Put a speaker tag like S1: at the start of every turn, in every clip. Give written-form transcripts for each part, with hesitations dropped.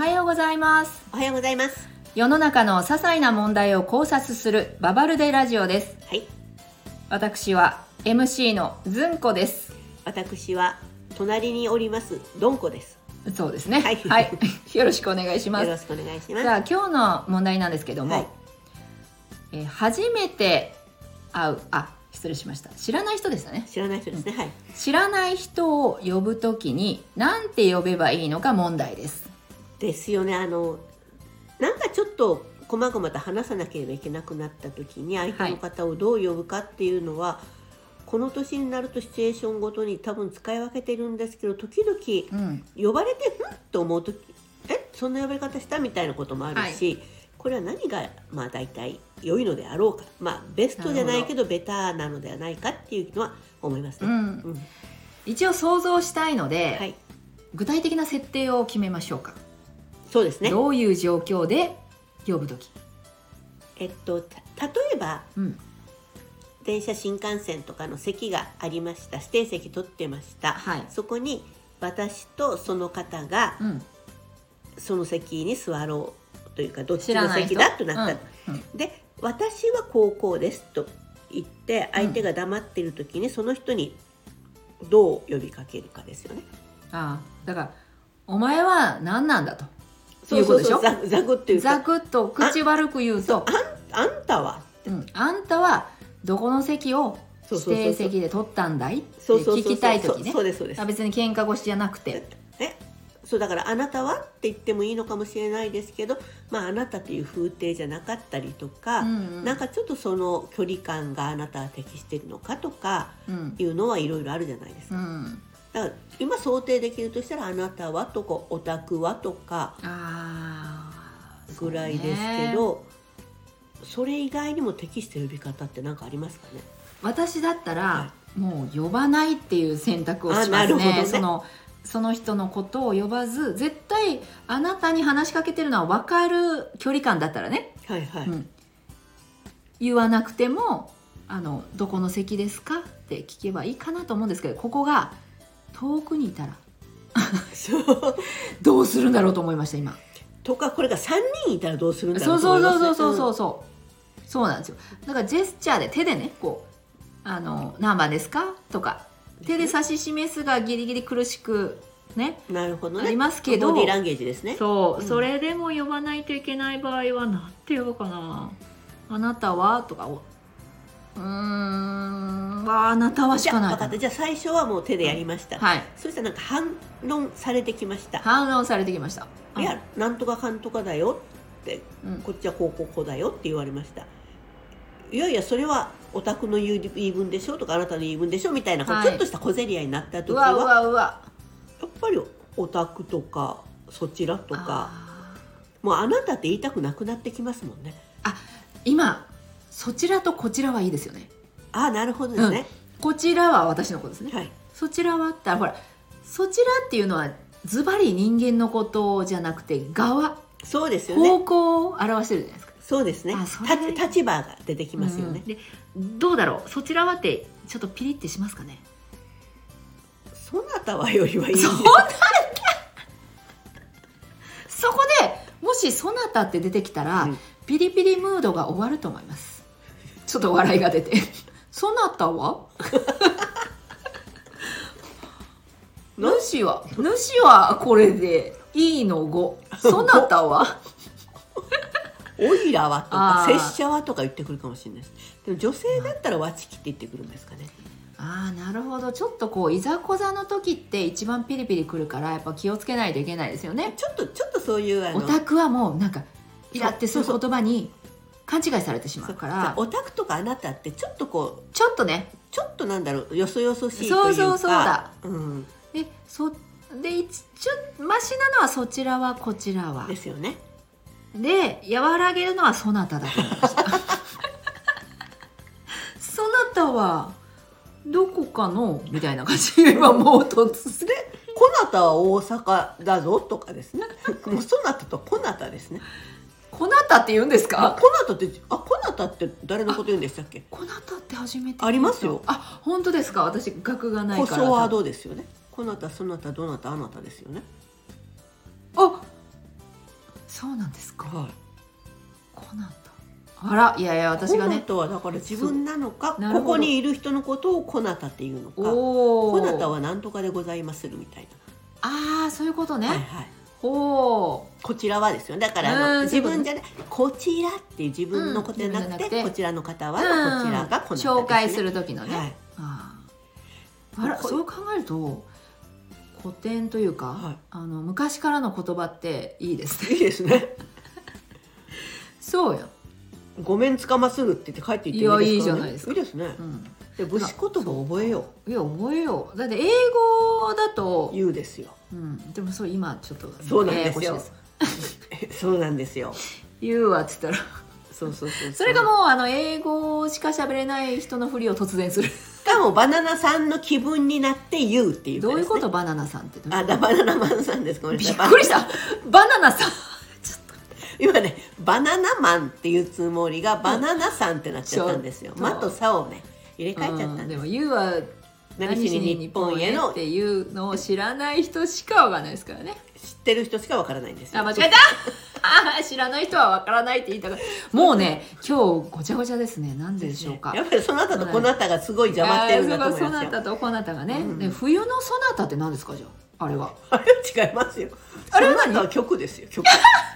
S1: はようございます。
S2: おはようございます。
S1: 世の中の些細な問題を考察するババルデラジオです。
S2: はい。
S1: 私は MC のずんこです。
S2: 私は隣におりますどんこです。
S1: そうですね。
S2: はい
S1: はい、よろしくお願いします。
S2: よろしくお願いします。
S1: じゃあ今日の問題なんですけども、
S2: はい、
S1: 初めて会う、失礼しました。知らない人でしたね。
S2: 知らない人ですね。はい。
S1: 知らない人を呼ぶときに何て呼べばいいのか問題です。
S2: ですよね。なんかちょっとこまごまと話さなければいけなくなった時に相手の方をどう呼ぶかっていうのは、この年になるとシチュエーションごとに多分使い分けてるんですけど、時々、呼ばれてと思う時、そんな呼ばれ方したみたいなこともあるし、これは何が大体良いのであろうか、ベストじゃないけどベターなのではないかっていうのは思いますね。
S1: 一応想像したいので、
S2: はい、
S1: 具体的な設定を決めましょうか。
S2: そうですね。
S1: どういう状況で呼ぶとき、
S2: 例えば、電車新幹線とかの席がありました。指定席取ってました、そこに私とその方が、その席に座ろうというか、どっちの席だとなった、で、私はこうですと言って相手が黙っている時に、その人にどう呼びかけるかですよね。
S1: だからお前は何なんだと
S2: いうことでしょ。ざくっていうか、
S1: ざくっと口悪く言うと、
S2: あんたは、
S1: あんたはどこの席を指定席で取ったんだいって聞きたい時ね。別に喧嘩腰じゃなくて、
S2: そうだから、あなたはって言ってもいいのかもしれないですけど、あなたという風景じゃなかったりとか、なんかちょっとその距離感があなたは適してるのかとかいうのはいろいろあるじゃないですか。だから今想定できるとしたら、あなたはとかオタクはとかぐらいですけど、それ以外にも適してる呼び方って何かありますかね。
S1: 私だったら、もう呼ばないっていう選択をしますね。その人のことを呼ばず、絶対あなたに話しかけてるのは分かる距離感だったらね、言わなくてもどこの席ですかって聞けばいいかなと思うんですけど、ここが遠くにいたらどうするんだろうと思いました今。
S2: とか、これが3人いたらどうするんだろう
S1: と思いますね。そうなんですよ。だからジェスチャーで手でね、こう何番ですかとか手で指し示すがギリギリ苦しくね、
S2: なるほどね、
S1: ありますけど、
S2: ボディーランゲージですね。
S1: それでも呼ばないといけない場合は何て呼ぶかな。あなたはとか、あなたはしかない。
S2: 分かった。じゃあ最初はもう手でやりました。そしたらなんか反論されてきました。いや、なんとかかんとかだよって、こっちはこうだよって言われました。いやいや、それはオタクの言い分でしょとか、あなたの言い分でしょみたいな、ちょっとした小競り合いになった時は、やっぱりオタクとかそちらとか、もうあなたって言いたくなくなってきますもんね。
S1: 今そちらとこちらはいいですよね。
S2: なるほどですね。
S1: こちらは私のことですね。そちらはったら、ほら、そちらっていうのはズバリ人間のことじゃなくて側、
S2: そうですよね、
S1: 方向を表してるじゃないですか。
S2: そうですね。立場が出てきますよね。
S1: で、どうだろう、そちらはってちょっとピリってしますかね。
S2: そなたはよりはいい。
S1: そこでもしそなたって出てきたら、ピリピリムードが終わると思います。ちょっと笑いが出てそなたは主はこれでいいの5、そなたは
S2: おいらはとか拙者はとか言ってくるかもしれないです。でも女性だったらわちきって言ってくるんですかね。
S1: なるほど。ちょっとこういざこざの時って一番ピリピリくるから、やっぱ気をつけないといけないですよね。
S2: ちょっとそういう
S1: オタクはもうなんかイラってする言葉に勘違いされてしまうから。
S2: オタクとかあなたってちょっとなんだろう、よそよそしいというか。
S1: そうだ。でマシなのはそちらはこちらは
S2: ですよね。
S1: で、和らげるのはそなただと思いましたそなたはどこかのみたいな感じで、今もう突然
S2: で、こなたは大阪だぞとかですねもうそなたとこなたですね。
S1: こなたって言うんですか。
S2: こなたって誰のこと言うんでしたっけ。
S1: こなたって初めて
S2: ありますよ。
S1: 本当ですか。私学がないから。
S2: こそワードですよね。こなた、そなた、どなた、あなたですよね。
S1: そうなんですか。
S2: はい、
S1: コナタ。あら、いやいや、私が
S2: コナ
S1: ね。
S2: タはだから自分なのか、
S1: なるほど
S2: ここにいる人のことをコナタっていうのか、
S1: お
S2: コナタは何とかでございまするみたい
S1: ああ、そういうことね。
S2: な、はいはい、
S1: ほう。
S2: こちらはですよ。だから自分じゃない、
S1: そういう
S2: こちらっていう自分のことじゃなくて、
S1: 自分じゃなくて
S2: こちらの方はこちらがコナタですね。
S1: 紹介する時のね。
S2: はい、
S1: あら、そう考えると古典というか、
S2: はい、
S1: 昔からの言葉っていいですね。
S2: いいですね。
S1: そうや。
S2: ごめんつかまするって言って帰っていってもいいですからね。
S1: いいじゃないですか。
S2: いいですね。で武士言葉覚えよ
S1: う。いや、覚えよう。だって英語だと
S2: 言うですよ。
S1: でもそう今ちょっと
S2: そうなんですよ。そうなんですよ。
S1: 言うわっつったら
S2: そう
S1: それがもう英語しか喋れない人のふりを突然する。
S2: しかもバナナさんの気分になって言うっていう、
S1: どういうこと？バナナさんって
S2: バナナマンさんです。ごめんなさい。
S1: びっくりした。バナナさん
S2: 今ね、バナナマンっていうつもりがバナナさんってなっちゃったんですよ。マとサをね入れ替えちゃったんです。
S1: でも言うは
S2: 何しに日本への
S1: っていうのを知らない人しかわからないですからね。
S2: 知ってる人しかわからないんですよ。
S1: 間違えた知らない人はわからないって言いたから、もうね今日ごちゃごちゃですね。なんででしょうか。
S2: やっぱりそなたとこなたがすごい邪魔ってるんだと思いますよ。
S1: そなたとこなたがね、で冬のそなたって何ですか？じゃああれは
S2: 違いますよ。
S1: あれは
S2: そなたは曲ですよ。曲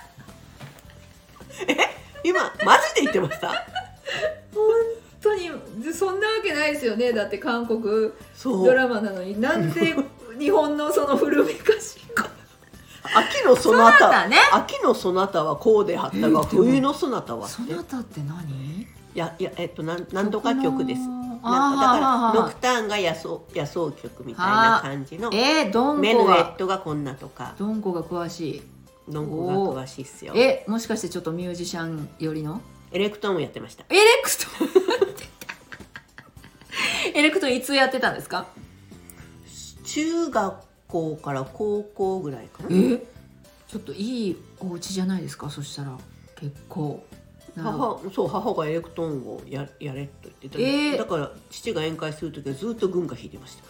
S2: 今マジで言ってました？
S1: 本当にそんなわけないですよね。だって韓国
S2: そう
S1: ドラマなのになんで日本のその古めかしい
S2: 秋のそなた、
S1: ね、
S2: 秋のそなたはこうであったが、冬のそなたは
S1: そなたって何？
S2: いやなんとか曲です。だからノクターンが野草曲みたいな感じの、
S1: ドンコが
S2: メヌエットがこんなとか、
S1: ドンコが詳しい。
S2: ドンコが詳しいっすよ。
S1: もしかしてちょっとミュージシャン寄りの？
S2: エレクトーンもやってました。
S1: エレクトーンエレクトーンいつやってたんですか？
S2: 中学校から高校ぐらいかな。
S1: ちょっといいお家じゃないですか。そしたら結構
S2: 母がエレクトーンをやれと言ってた、だから父が宴会する時はずっと軍歌弾いてました。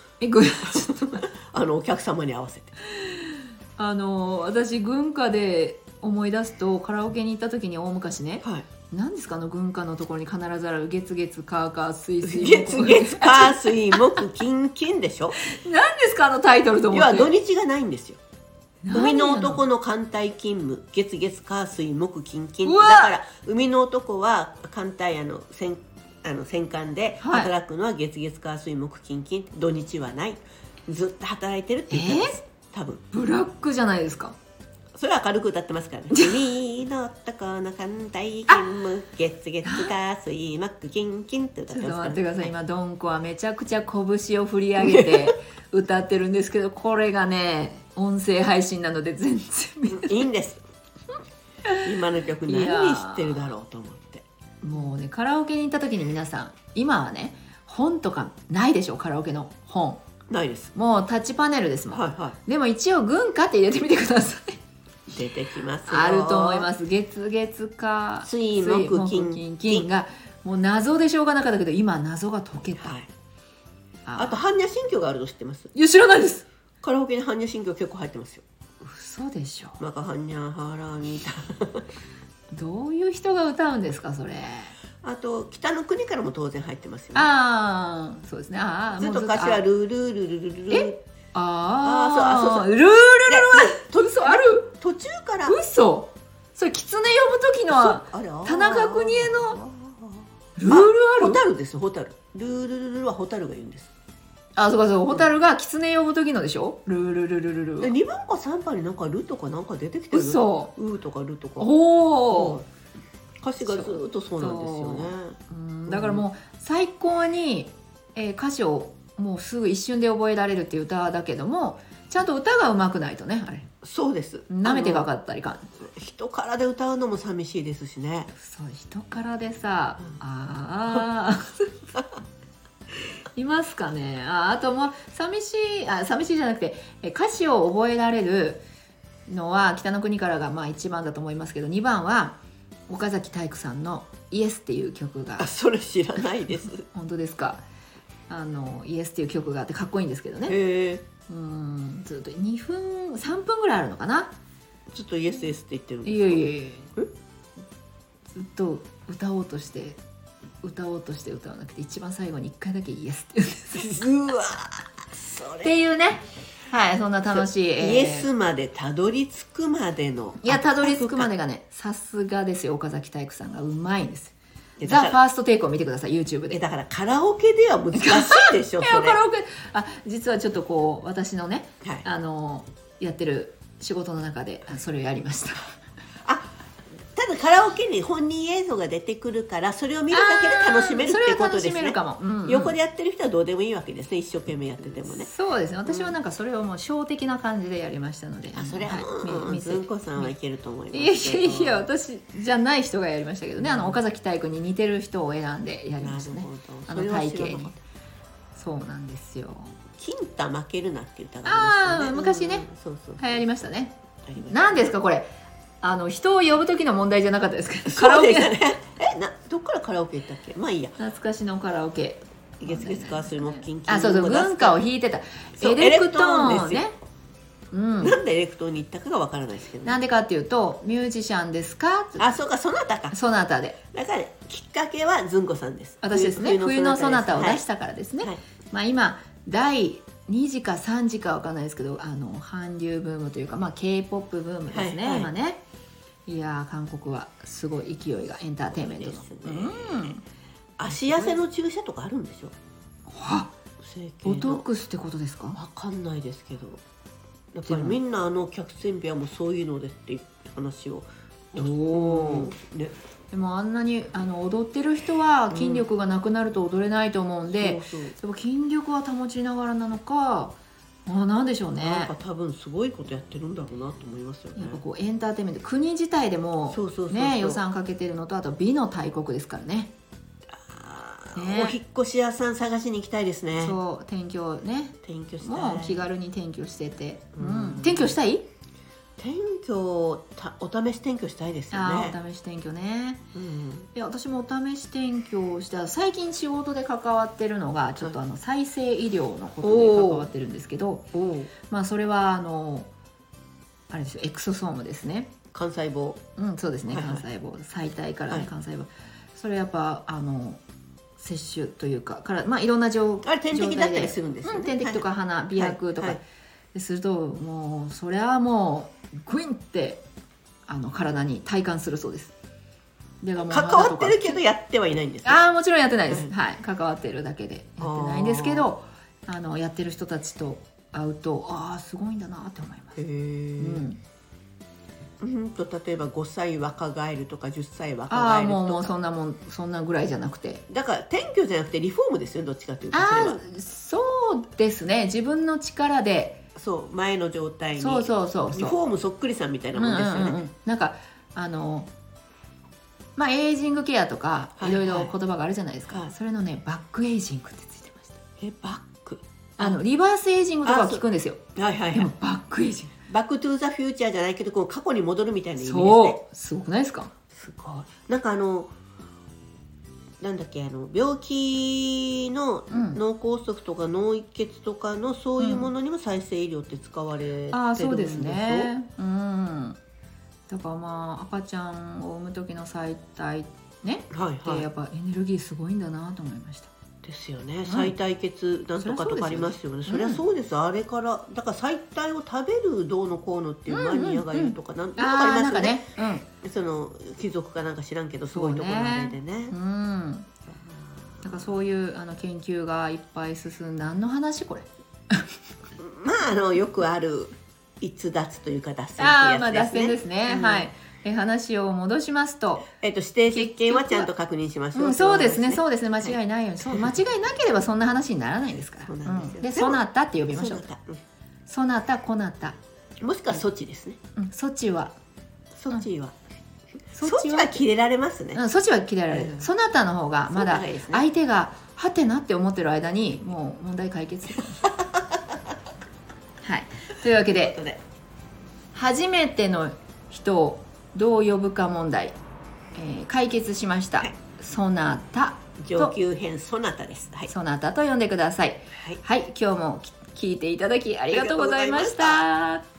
S2: お客様に合わせて
S1: 私軍歌で思い出すと、カラオケに行った時に大昔ね、何ですか軍歌のところに必ずある月月火火水水
S2: 月月火水木金金でしょ。
S1: 何ですかタイトルと思って。
S2: 要は土日がないんですよ。海の男の艦隊勤務、月月火水木金金。だから海の男は艦隊戦艦で働くのは月月火水木金金、土日はない、ずっと働いてるって言ってます。多分
S1: ブラックじゃないですか。
S2: それは明るく歌ってますからね。海の男の艦隊勤務、月月火水木金金って歌ってますから。ちょっと
S1: 待ってください。今ドンコはめちゃくちゃ拳を振り上げて歌ってるんですけど、これがね音声配信なので全然
S2: いいんです。今の曲何知ってるだろうと思って。
S1: もうね、カラオケに行った時に皆さん、今はね本とかないでしょ。カラオケの本
S2: ないです。
S1: もうタッチパネルですもん。でも一応軍歌って入れてみてください。
S2: 出てきますよ。
S1: あると思います。月月火
S2: 水木金
S1: 金がもう謎でしょうがなかったけど、今謎が解けた。
S2: あと般若心経があると知ってます？
S1: いや、知らないです。
S2: カラオケに般若心経結構入ってますよ。
S1: 嘘でしょ。
S2: マカハンニャハラミタ
S1: どういう人が歌うんですかそれ。
S2: あと北の国からも当然入ってますよね。
S1: そうですね。
S2: ずっと歌詞はルルルルルルル。
S1: そうルールルルは嘘ある。
S2: 途中から
S1: 嘘。それ狐呼ぶ時のは田中邦衛のルールある。
S2: ホタルです。ホタル。ルールルルルはホタルが言うんです。
S1: そうかホタルが狐呼ぶ時のでしょ。ルールルルルル。
S2: 2番か3番になんかルとかなんか出てきてる。
S1: 嘘。
S2: ウとかルとか。歌詞がずっとそうなんですよね。
S1: だからもう最高に、歌詞をもうすぐ一瞬で覚えられるっていう歌だけども、ちゃんと歌が上手くないとね。あれ
S2: そうです。
S1: なめてかかったりかん。
S2: 人からで歌うのも寂しいですしね。
S1: そう人からでさ、いますかね。あともう寂しいじゃなくて、歌詞を覚えられるのは北の国からが1番だと思いますけど、2番は岡崎体育さんのイエスっていう曲が。
S2: それ知らないです。
S1: 本当ですか。イエスっていう曲があってかっこいいんですけどね。ずっと3分ぐらいあるのかな。
S2: ちょっとイエスイエスって言ってるんです
S1: い
S2: か？
S1: やいやいやずっと歌おうとして歌わなくて一番最後に1回だけイエスって言うんです
S2: うわそれ
S1: っていうね、はい、そんな楽しい、
S2: イエスまでたどり着くまでの、
S1: いやたどり着くまでがね、さすがですよ、岡崎体育さんがうまいんです。ザ・
S2: だから
S1: ファーストテイクを見てください YouTube で。
S2: だからカラオケでは難しいでしょ
S1: い
S2: それ。
S1: やカラオケ実はちょっとこう私のね、
S2: はい、
S1: やってる仕事の中でそれをやりました。
S2: ただカラオケに本人映像が出てくるからそれを見るだけで楽しめるっていうことですね。
S1: それは楽しめるかも、うんうん、
S2: 横でやってる人はどうでもいいわけですね、一生懸命やっててもね。
S1: そうですね、私はなんかそれをもうショー的な感じでやりましたので、
S2: それはずんこさんはいけると思います。
S1: いや私じゃない人がやりましたけどね、岡崎体育に似てる人を選んでやりましたね、体型に。そうなんですよ。
S2: 金太負けるなって歌がありましたね。
S1: 昔ね、
S2: そうそう
S1: 流行りましたね。何ですかこれ、人を呼ぶ時の問題じゃなかったですか？カラオケ
S2: どっからカラオケ行ったっけ？まあいいや。
S1: 懐かしのカラオケ。
S2: 月々火水木金
S1: そうそう、文化を弾いてたエレクトーンね。
S2: なんでエレクトーンに行ったかがわからないですけど。
S1: なんでかっていうとミュージシャンですか？
S2: そうか、そなたか。
S1: そなたで。
S2: だからきっかけはずんこさんです。
S1: 私ですね。冬のそなたを出したからですね。まあ今第2次か3次かわかんないですけど、韓流ブームというか、まあ K-POP ブームですね、今ね。いや韓国はすごい勢いがエンターテインメントの。
S2: 足痩せの注射とかあるんでしょ？
S1: ボトックスってことですか？
S2: わかんないですけど、やっぱりみんな客船部屋もそういうのでっていう話を。
S1: ね。でもあんなに踊ってる人は筋力がなくなると踊れないと思うんで、でも筋力は保ちながらなのか、なんでしょうね。
S2: なんか多分すごいことやってるんだろうなと思いますよね。
S1: やっぱこうエンターテインメント、国自体でもね予算かけてるのと、あと美の大国ですからね。
S2: お引っ越し屋さん探しに行きたいですね。
S1: そう、転居ね。
S2: 転居したい。
S1: もう気軽に転居してて、転居したい？
S2: 転居お試し転居したいですよね。
S1: お試し転居ね。いや私もお試し転居をした最近仕事で関わってるのがちょっと再生医療のことで関わってるんですけど、まあそれはあれですよ、エクソソームですね。
S2: 幹細胞。
S1: そうですね、幹細胞、細体からね、幹細胞。それやっぱ摂取というかまあいろんな状態で、
S2: 点滴だったりするんですよね。
S1: 点滴とか鼻鼻薬とかすると、もうそれはもうグインって体に体感するそうです。
S2: 関わってるけどやってはいないんですか？
S1: もちろんやってないです、はい、関わってるだけでやってないんですけど、やってる人たちと会うとすごいんだなって思います。
S2: 例えば5歳若返るとか10歳若返るとか、
S1: もうそんなぐらいじゃなくて、
S2: だから転居じゃなくてリフォームですよ、どっちかというと。
S1: そうですね、自分の力で
S2: 前の状態にリフォームそっくりさんみたいなもんですよね。
S1: なんかまあエイジングケアとかいろいろ言葉があるじゃないですか、それのねバックエイジングってついてました。
S2: バック
S1: リバースエイジングとかは聞くんですよ。でもバックエイジング、
S2: バックトゥーザフューチャーじゃないけど、こう過去に戻るみたいな意味ですね。
S1: すごくないですか？
S2: すごい。なんかなんだっけ、病気の脳梗塞とか脳一血とかのそういうものにも再生医療って使われてるんですよ。
S1: そうですね。だからまあ赤ちゃんを産む時の再体ね、でやっぱエネルギーすごいんだなと思いました。
S2: ですよね。再体血なんとかとかありますよね。そりゃそうです。あれからだから再体を食べるどうのこうのっていうマニアがいるとかなんとかありますよね。その貴族かなんか知らんけどすごいところまでね。だからそういう研究がいっぱい進んだ。何の話これ？ まあよくある逸脱というか脱線ってやつですね。
S1: 脱線ですね。はい。話を戻しますと、
S2: 指定席券はちゃんと確認しましょう。
S1: そうですね、そうですね、間違いないように、間違いなければそんな話にならないですから。で、そなたって呼びましょう。そなた、こなた。
S2: もしくは措置ですね。
S1: 措置は。
S2: 措置は切れられますね。措
S1: 置は切れられる。そなたの方がまだ相手がはてなって思ってる間にもう問題解決する。はい。というわけで、初めての人をどう呼ぶか問題、解決しました。そなた
S2: 上級編そなたです。
S1: そなたと呼んでください。はい、今日も聞いていただきありがとうございました。